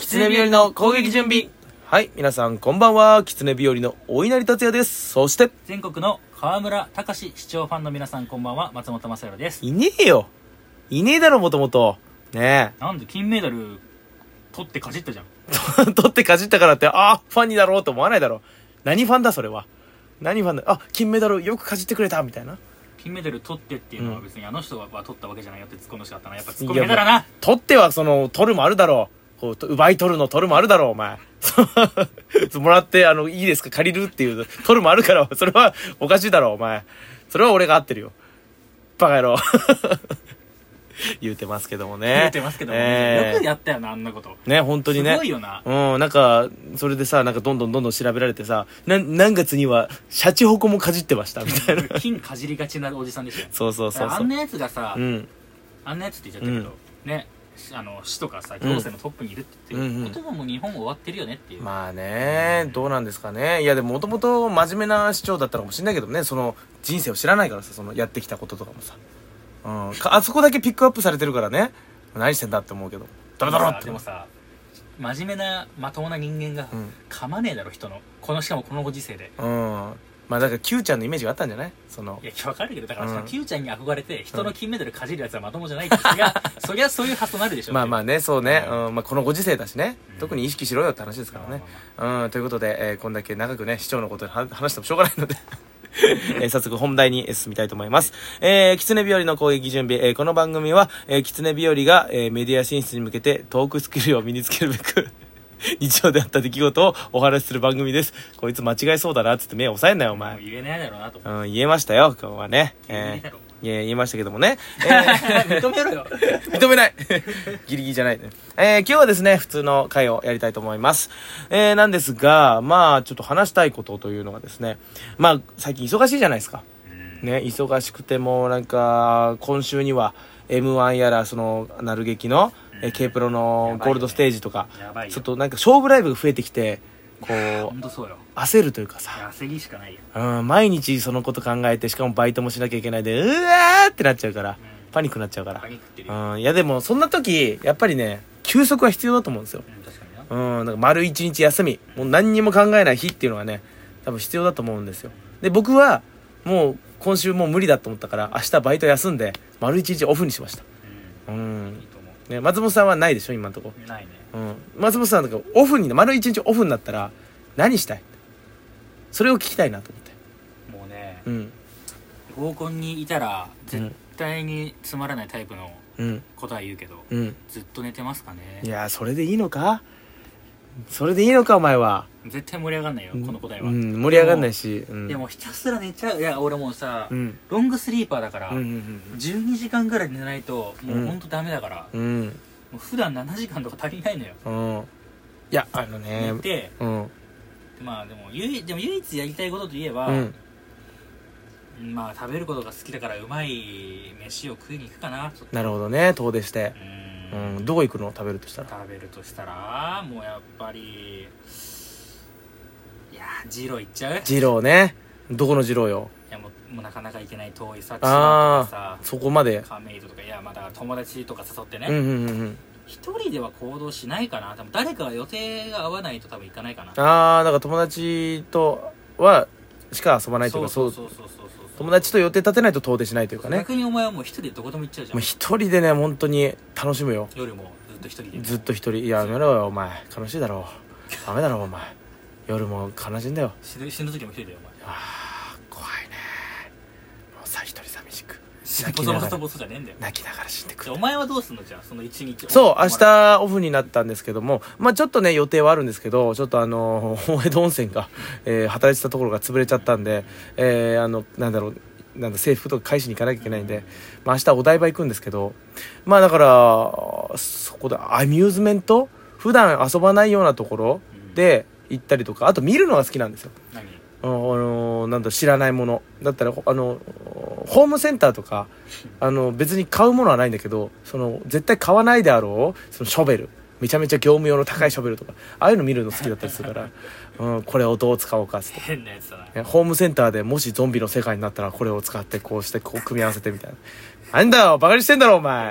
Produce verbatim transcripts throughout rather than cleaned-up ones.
狐日和の攻撃準備。はい、皆さんこんばんは。狐日和のお稲荷達也です。そして全国の河村隆視聴ファンの皆さんこんばんは、松本正弘です。 いねえよ、いねえだろもともとねえ、なんで金メダル取ってかじったじゃん取ってかじったからってああファンになろうと思わないだろ。何ファンだそれは。何ファンだ。あ、金メダルよくかじってくれたみたいな。 金メダル取ってっていうのは別にあの人は取ったわけじゃないよって突っ込んでしかったな。やっぱ突っ込み下手だな。 取ってはその取るもあるだろう。こう奪い取るの取るもあるだろうお前もらってあのいいですか借りるっていう取るもあるからそれはおかしいだろうお前。それは俺が合ってるよバカ野郎言うてますけどもね言うてますけどもね、えー、よくやったよなあんなことね。本当にねすごいよな。 うん、なんかそれでさ、なんかどんどんどんどん調べられてさ、な何月にはシャチホコもかじってましたみたいな金かじりがちなおじさんでしょ。 そうそうそうそう。 あんなやつがさ、 うん、 あんなやつって言っちゃったけど、うん、ね、あの市とかさ行政のトップにいるって言ってることはもう日本終わってるよねっていう、うんうん、 まあね、どうなんですかね。いやでももともと真面目な市長だったのかもしれないけどね、その人生を知らないからさ、そのやってきたこととかもさ、うん、あそこだけピックアップされてるからね、何してんだって思うけど、ダメだろって。 でもさ、真面目なまともな人間が噛まねえだろ人の、このしかもこのご時世で。 うん、まあだから Q ちゃんのイメージがあったんじゃない。そのいや分かるけど、だからその Q ちゃんに憧れて人の金メダルかじるやつはまともじゃないって、そりゃそりゃそういう発想になるでしょ。 まあまあね、そうね、うん、まあ、このご時世だしね、うん、特に意識しろよって話ですからね、うん、ということで、えー、こんだけ長くね市長のことで話してもしょうがないのでえー、早速本題に進みたいと思います。えー、狐日和の攻撃準備、えー、この番組は、えー、狐日和が、えー、メディア進出に向けてトークスキルを身につけるべく日常であった出来事をお話しする番組です。こいつ間違えそうだなっつって目を押さえんなよお前。 もう言えないだろうなと思う、うん、言えましたよ今日はね。えーいや言いましたけどもね、えー、 認めろよ認めないギリギリじゃない、ね。えー、今日はですね普通の回をやりたいと思います。えー、なんですが、まあちょっと話したいことというのがですね、まあ最近忙しいじゃないですか。ね、忙しくてもなんか今週には エムワン やらそのなる劇の、うん、K プロのゴールドステージとか、ね、ちょっとなんか勝負ライブが増えてきて、こうそうよ、 焦るというかさ、 焦りしかないよ、 うん、毎日そのこと考えて、しかもバイトもしなきゃいけないで、うわーってなっちゃうから、うん、パニックになっちゃうから、パニックってる、うん、いやでもそんな時やっぱりね休息は必要だと思うんですよ。 うん、確かにな、うん、なんか丸一日休み、もう何にも考えない日っていうのはね多分必要だと思うんですよ。で僕はもう今週もう無理だと思ったから明日バイト休んで丸一日オフにしました。うん、うん、いいと思う、ね、松本さんはないでしょ今のところ。 ないね、 うん、松本さんとかオフに丸一日オフになったら何したい？それを聞きたいなと思って。 もうね、 うん、 合コンにいたら絶対につまらないタイプの答え言うけど、うん、ずっと寝てますかね。 いやそれでいいのか、それでいいのかお前は。 絶対盛り上がんないよ、うん、この答えは、 うん、盛り上がんないし、 で も,、うん、でもひたすら寝ちゃう。いや俺もうさ、 うん、 ロングスリーパーだから、 うんうんうんうん、 じゅうにじかんぐらい寝ないともうほんとダメだから、うん、もう普段ななじかんとか足りないのよ、 うん、いやあのね寝て、うん、まあでも唯でも唯一やりたいことといえば、うん、まあ食べることが好きだからうまい飯を食いに行くかな。 なるほどね、遠出して、うん、うん、どこ行くの？食べるとしたら。 食べるとしたらもうやっぱりいや二郎行っちゃう。 二郎ね、どこの二郎よ。 いやもう、もうなかなか行けない遠いさ、千葉とかさ、 そこまで亀戸とか、いやまだ友達とか誘ってね、 うんうんうん、 一人では行動しないかな。多分誰かが予定が合わないと多分行かないかな。 ああ、だから友達とはしか遊ばないというか、そうそうそうそうそう、友達と予定立てないと遠出しないというかね。 逆にお前はもう一人でどこでも行っちゃうじゃん。 もう一人でね本当に楽しむよ。 夜もずっと一人で。ずっと一人。いややめろよお前、悲しいだろう。ダメだろお前、夜も悲しいんだよ。 死ぬ、死ぬ時も一人だよお前。 ああ怖いね。もうさ一人寂しくボソボソボソじゃねえんだよ。 泣きながら死んでくる。 お前はどうすんのじゃあその一日。 そう明日オフになったんですけども、まあちょっとね予定はあるんですけど、ちょっとあの大江戸温泉が、えー、働いてたところが潰れちゃったんで、えー、あのなんだろうなんだ制服とか返しに行かなきゃいけないんで、まあ明日お台場行くんですけど、まあだからそこでアミューズメント、普段遊ばないようなところで行ったりとか、あと見るのが好きなんですよ。 何？ あのなんだ知らないものだったら、あのホームセンターとか、あの別に買うものはないんだけど、その絶対買わないであろうそのショベル、めちゃめちゃ業務用の高いショベルとか、ああいうの見るの好きだったりするからうん、これをどう使おうかっつって、 変なやつだな。 ホームセンターでもしゾンビの世界になったらこれを使ってこうしてこう組み合わせてみたいな。なんだよバカにしてんだろお前。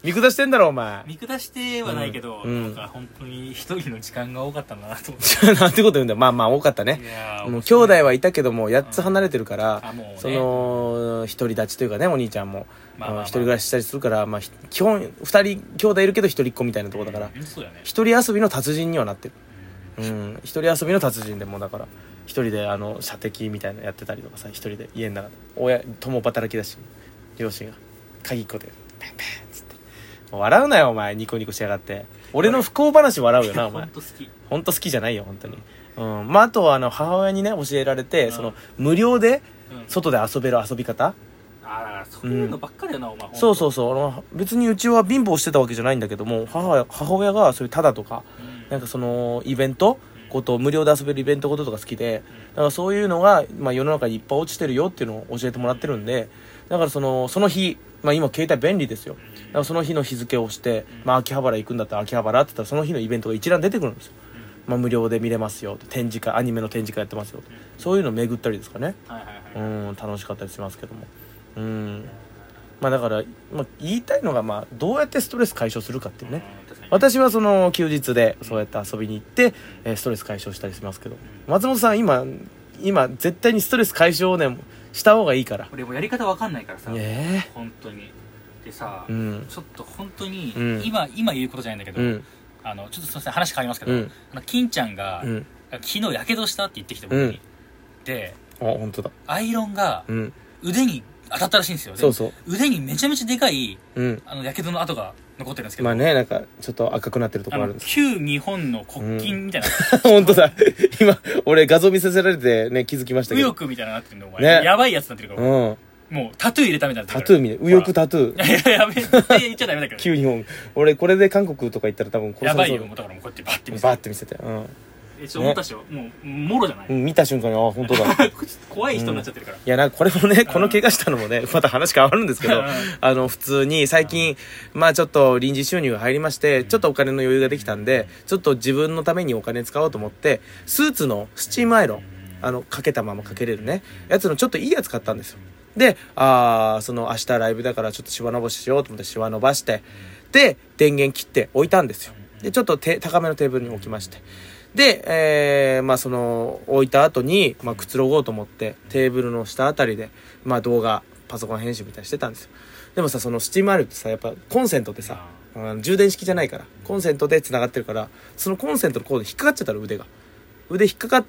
見下してんだろお前。 見下してはないけど、 うん、 なんか本当に一人の時間が多かったんだなと思ってなんてこと言うんだよ。まあまあ多かったね。 いやもう兄弟はいたけどもやっつ離れてるから、 うんね、 その独り立ちというかね、お兄ちゃんも、まあまあまあ、一人暮らししたりするから、まあ、基本二人兄弟いるけど一人っ子みたいなところだから、 うんそうだね、 一人遊びの達人にはなってる。うん、一人遊びの達人でもだから一人であの射的みたいなのやってたりとかさ、一人で家の中で親共働きだし、両親が鍵っ子でペンペンっつって笑うなよお前、ニコニコしやがって。俺の不幸話笑うよなお前。 本当好き本当好きじゃないよ本当に。うん、まああとはあの母親にね教えられて、うん、その無料で外で遊べる遊び方、うん、 ああそういうのばっかりだな、うん、お前。 そうそうそう、あの別にうちは貧乏してたわけじゃないんだけども、母母親がそういうタダとか、うん、なんかそのイベントこと無料で遊べるイベントこととか好きで、だからそういうのが、まあ、世の中にいっぱい落ちてるよっていうのを教えてもらってるんで、だからそのその日、まあ、今携帯便利ですよ。だからその日の日付を押して、まあ、秋葉原行くんだったら秋葉原って言ったらその日のイベントが一覧出てくるんですよ。まあ、無料で見れますよ、展示会、アニメの展示会やってますよ、そういうのを巡ったりですかね、はいはいはい、うん楽しかったりしますけども、うんまあだから、まあ、言いたいのが、まあどうやってストレス解消するかっていうね。私はその休日でそうやって遊びに行って、えー、ストレス解消したりしますけど、松本さん今今絶対にストレス解消をねした方がいいから。 俺もやり方わかんないからさ、 ね、 本当にでさ、 うん、 ちょっと本当に、 うん、 今今言うことじゃないんだけど、うん、あのちょっとすいません話変わりますけど、うん、あの金ちゃんが、うん、昨日やけどしたって言ってきて僕に、うん、で、 あ本当だ、 アイロンが腕に当たったらしいんですよ。 そうそう、 腕にめちゃめちゃでかい、 うん、 あのやけどの跡が残ってるんですけど、 まあね、なんかちょっと赤くなってるところあるんです。 旧日本の国旗みたいな、 うん、本当だ今俺画像見せられてね気づきましたけど、 右翼みたいなのなってるのお前、ね、やばいやつになってるから、うん、もうタトゥー入れたみたいな。 タトゥーみたいな、右翼タトゥー。 いややめて言っちゃダメだけど、 旧日本。俺これで韓国とか行ったら多分殺されそう。やばいよ。もうだからもうこうやってバッて見せてバッて見せて、うん。 えちょっと思ったっしょ、ね、もうもろじゃない、 うん、見た瞬間にあ本当だ怖い人になっちゃってるから、 うん、いやなんかこれもねこの怪我したのもねまた話変わるんですけどあの普通に最近まあちょっと臨時収入が入りまして、ちょっとお金の余裕ができたんで、ちょっと自分のためにお金使おうと思ってスーツのスチームアイロン、あのかけたままかけれるねやつのちょっといいやつ買ったんですよ。であその明日ライブだからちょっとシワ伸ばししようと思ってシワ伸ばして、で電源切って置いたんですよ。でちょっと手高めのテーブルに置きまして、で、えー、まあその置いた後に、まあ、くつろごうと思ってテーブルの下あたりで、まあ、動画パソコン編集みたいにしてたんですよ。でもさそのスチームアイロンってさやっぱコンセントってさあの充電式じゃないからコンセントでつながってるから、そのコンセントのコードに引っかかっちゃったら腕が腕引っかかって、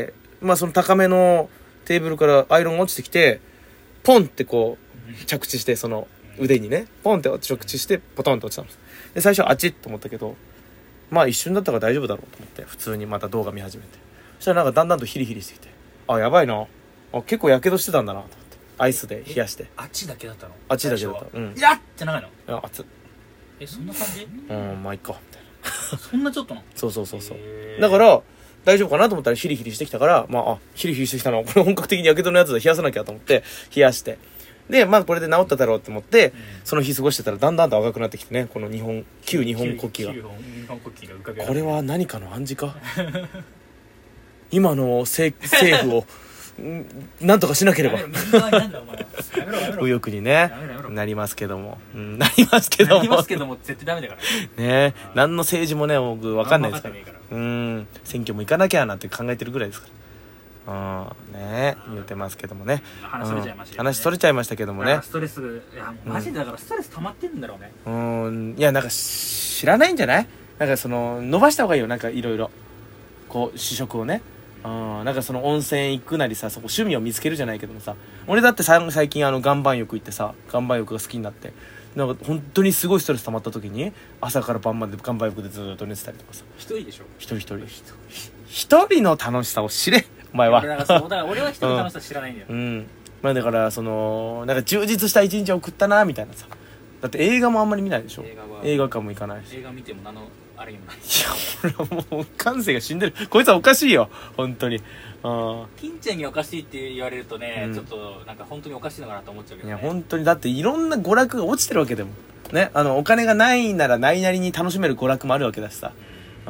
まあその高めのテーブルからアイロンが落ちてきてポンってこう着地して、その腕にねポンって着地してポトンと落ちたんです。で最初あっちと思ったけど、まあ一瞬だったから大丈夫だろうと思って普通にまた動画見始めて、そしたらなんかだんだんとヒリヒリしてきて、あやばいな、あ結構やけどしてたんだなと思って、アイスで冷やして。 あっちだけだったの？ あっちだけだった。うん。 やっじゃないの？ いや熱っ。 えそんな感じ？ うんまあいっかみたいな。 そんなちょっとな。 そうそうそうそう。だから大丈夫かなと思ったらヒリヒリしてきたから、まああヒリヒリしてきたのこれ本格的にやけどのやつで冷やさなきゃと思って冷やして。でまあこれで治っただろうって思って、うん、その日過ごしてたらだんだんと赤くなってきてね、この日本旧日本国旗が、 日本国旗が浮かび上がる。 これは何かの暗示か今の政府をなんとかしなければ右翼にねなりますけども、うん、なりますけどもなりますけども絶対ダメだからね。何の政治もね僕分かんないですから、うん選挙も行かなきゃなんて考えてるぐらいですから。うんね言ってますけどもね、 話それちゃいました、ね、 話それちゃいましたけどもね。 ストレスいやマジでだからストレス溜まってるんだろうね。 うんいやなんか知らないんじゃない、なんかその伸ばした方がいいよ、なんかいろいろこう主食をね、うんなんかその温泉行くなりさ、そこ趣味を見つけるじゃないけどもさ、俺だってさ最近あの岩盤浴行ってさ、岩盤浴が好きになってなんか本当にすごいストレス溜まった時に朝から晩まで岩盤浴でずっと寝てたりとかさ。 一人でしょ？ 一人一人一人の楽しさを知れお前は。 だからそうだから俺は一人の楽しさ知らないんだよ、 うん、うん、まあだからそのなんか充実した一日を送ったなみたいなさ。だって映画もあんまり見ないでしょ。映画は映画館も行かないし、 映画見ても何のあれにもない。いや俺はもう感性が死んでる、こいつはおかしいよ本当に。あ金ちゃんにおかしいって言われるとね、うん、ちょっとなんか本当におかしいのかなと思っちゃうけど、ね、 いや本当にだっていろんな娯楽が落ちてるわけでもね、あのお金がないならないなりに楽しめる娯楽もあるわけだしさ、うん、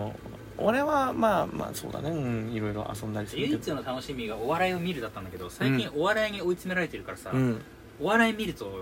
俺はまあまあそうだね、うん、いろいろ遊んだりするけど、 唯一の楽しみがお笑いを見るだったんだけど、最近お笑いに追い詰められてるからさ、うん、お笑い見ると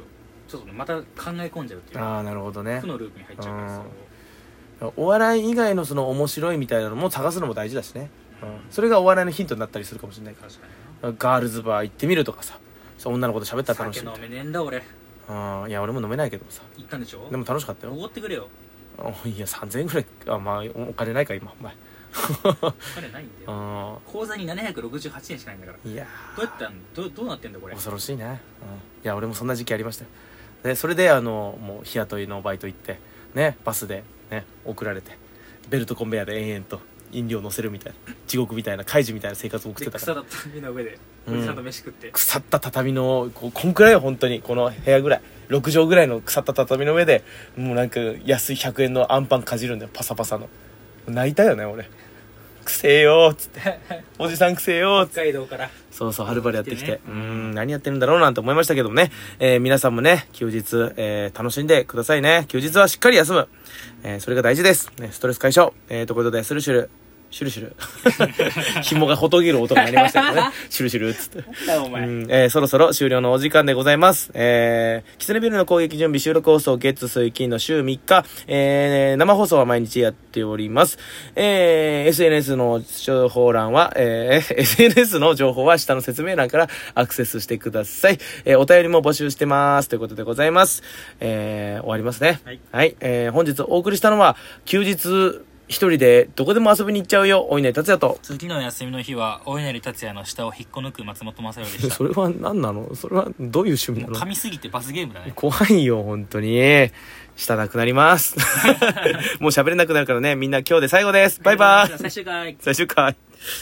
ちょっとまた考え込んじゃうっていうああなるほどね。 負のループに入っちゃうからさ、 お笑い以外のその面白いみたいなのも探すのも大事だしね、うん、それがお笑いのヒントになったりするかもしれないから。 確かにガールズバー行ってみるとかさ、そう女の子と喋ったら楽しい。 酒飲めねえんだ俺。 あいや俺も飲めないけどさ。 行ったんでしょ。 でも楽しかったよ。 おごってくれよ。 いやさんぜんえんぐらい、あまあお金ないか今お前お金ないんだよ。 あ口座にななひゃくろくじゅうはちえんしかないんだから。 いやどうやったんどどうなってんだこれ。 恐ろしいね、うん、いや俺もそんな時期ありましたよ。でそれであのもう日雇いのバイト行ってね、バスでね送られてベルトコンベヤーで延々と飲料乗せるみたいな地獄みたいな怪獣みたいな生活を送ってたから。 腐った畳の上でおじさんと飯食って、うん、 腐った畳のこうこんくらいよ本当にこの部屋ぐらいろくじょうぐらいの腐った畳の上でもうなんか安いひゃくえんのアンパンかじるんだよ、パサパサの。泣いたよね俺。くせえよーっつっておじさんくせえよーっつって北海道からそうそうはるばるやってきて、ね、うーん何やってるんだろうなんて思いましたけどもね、えー、皆さんもね休日、えー、楽しんでくださいね。休日はしっかり休む、えー、それが大事です、ね、ストレス解消、えー、ということでスルシュルシュルシュル紐がほとげる音が鳴りましたけどねシュルシュルっつってお前、 うんえー、そろそろ終了のお時間でございます。えー、キツネビルの攻撃準備収録放送月水金の週みっか、えー、生放送は毎日やっております。えー、エスエヌエス の情報欄は、えー、エスエヌエス の情報は下の説明欄からアクセスしてください。えー、お便りも募集してますということでございます。えー、終わりますね。 はい、 はい、えー、本日お送りしたのは休日一人でどこでも遊びに行っちゃうよお稲荷達也と、 次の休みの日はお稲荷達也の下を引っこ抜く松本正代でしたそれは何なの、それはどういう趣味なの。 噛みすぎて罰ゲームだね。 怖いよ本当に。舌なくなりますもう喋れなくなるからね。みんな今日で最後です。バイバイ。 最終回最終回